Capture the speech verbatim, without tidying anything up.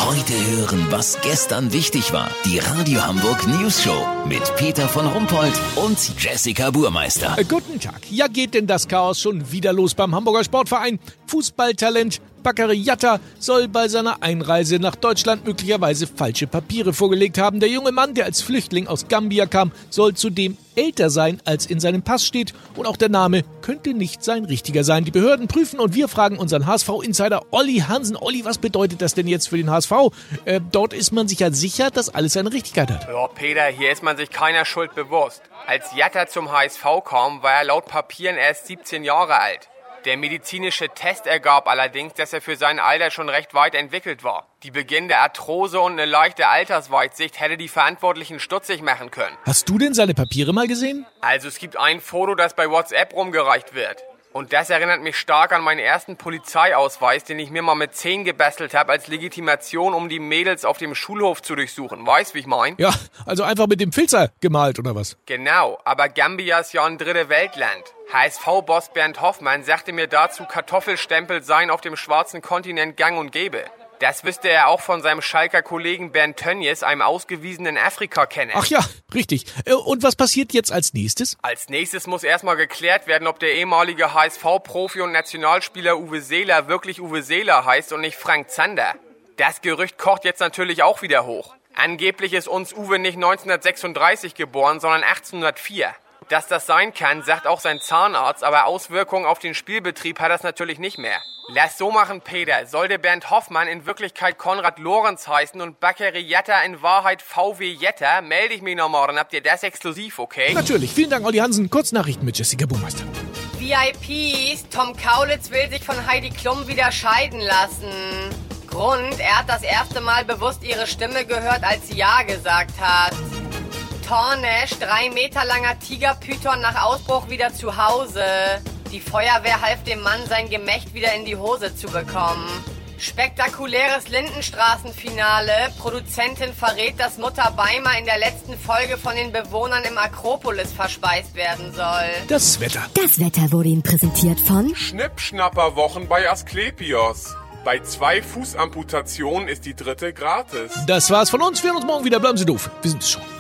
Heute hören, was gestern wichtig war. Die Radio Hamburg News Show mit Peter von Rumpold und Jessica Burmeister. Äh, guten Tag. Ja, geht denn das Chaos schon wieder los beim Hamburger Sportverein? Fußballtalent Bakary Yatta soll bei seiner Einreise nach Deutschland möglicherweise falsche Papiere vorgelegt haben. Der junge Mann, der als Flüchtling aus Gambia kam, soll zudem älter sein, als in seinem Pass steht. Und auch der Name könnte nicht sein richtiger sein. Die Behörden prüfen und wir fragen unseren H S V-Insider Olli Hansen. Olli, was bedeutet das denn jetzt für den H S V? Äh, dort ist man sich ja sicher, dass alles seine Richtigkeit hat. Ja, Peter, hier ist man sich keiner Schuld bewusst. Als Yatta zum H S V kam, war er laut Papieren erst siebzehn Jahre alt. Der medizinische Test ergab allerdings, dass er für sein Alter schon recht weit entwickelt war. Die beginnende Arthrose und eine leichte Altersweitsicht hätte die Verantwortlichen stutzig machen können. Hast du denn seine Papiere mal gesehen? Also es gibt ein Foto, das bei WhatsApp rumgereicht wird. Und das erinnert mich stark an meinen ersten Polizeiausweis, den ich mir mal mit zehn gebastelt habe als Legitimation, um die Mädels auf dem Schulhof zu durchsuchen. Weißt, wie ich mein? Ja, also einfach mit dem Filzer gemalt, oder was? Genau, aber Gambia ist ja ein dritte Weltland. H S V-Boss Bernd Hoffmann sagte mir dazu, Kartoffelstempel seien auf dem schwarzen Kontinent gang und gäbe. Das wüsste er auch von seinem Schalker Kollegen Bernd Tönnies, einem ausgewiesenen Afrika-Kenner. Ach ja, richtig. Und was passiert jetzt als nächstes? Als nächstes muss erstmal geklärt werden, ob der ehemalige H S V-Profi und Nationalspieler Uwe Seeler wirklich Uwe Seeler heißt und nicht Frank Zander. Das Gerücht kocht jetzt natürlich auch wieder hoch. Angeblich ist uns Uwe nicht neunzehnhundertsechsunddreißig geboren, sondern achtzehnhundertvier. Dass das sein kann, sagt auch sein Zahnarzt, aber Auswirkungen auf den Spielbetrieb hat das natürlich nicht mehr. Lass so machen, Peter. Sollte Bernd Hoffmann in Wirklichkeit Konrad Lorenz heißen und Bakary Yatta in Wahrheit V W Yatta, melde ich mich nochmal, dann habt ihr das exklusiv, okay? Natürlich. Vielen Dank, Olli Hansen. Kurznachrichten mit Jessica Burmeister. V I Ps, Tom Kaulitz will sich von Heidi Klum wieder scheiden lassen. Grund, er hat das erste Mal bewusst ihre Stimme gehört, als sie Ja gesagt hat. Tornesch, drei Meter langer Tigerpython nach Ausbruch wieder zu Hause. Die Feuerwehr half dem Mann, sein Gemächt wieder in die Hose zu bekommen. Spektakuläres Lindenstraßenfinale. Produzentin verrät, dass Mutter Beimer in der letzten Folge von den Bewohnern im Akropolis verspeist werden soll. Das Wetter. Das Wetter wurde Ihnen präsentiert von Schnippschnapperwochen bei Asklepios. Bei zwei Fußamputationen ist die dritte gratis. Das war's von uns. Wir hören uns morgen wieder. Bleiben Sie doof. Wir sind es schon.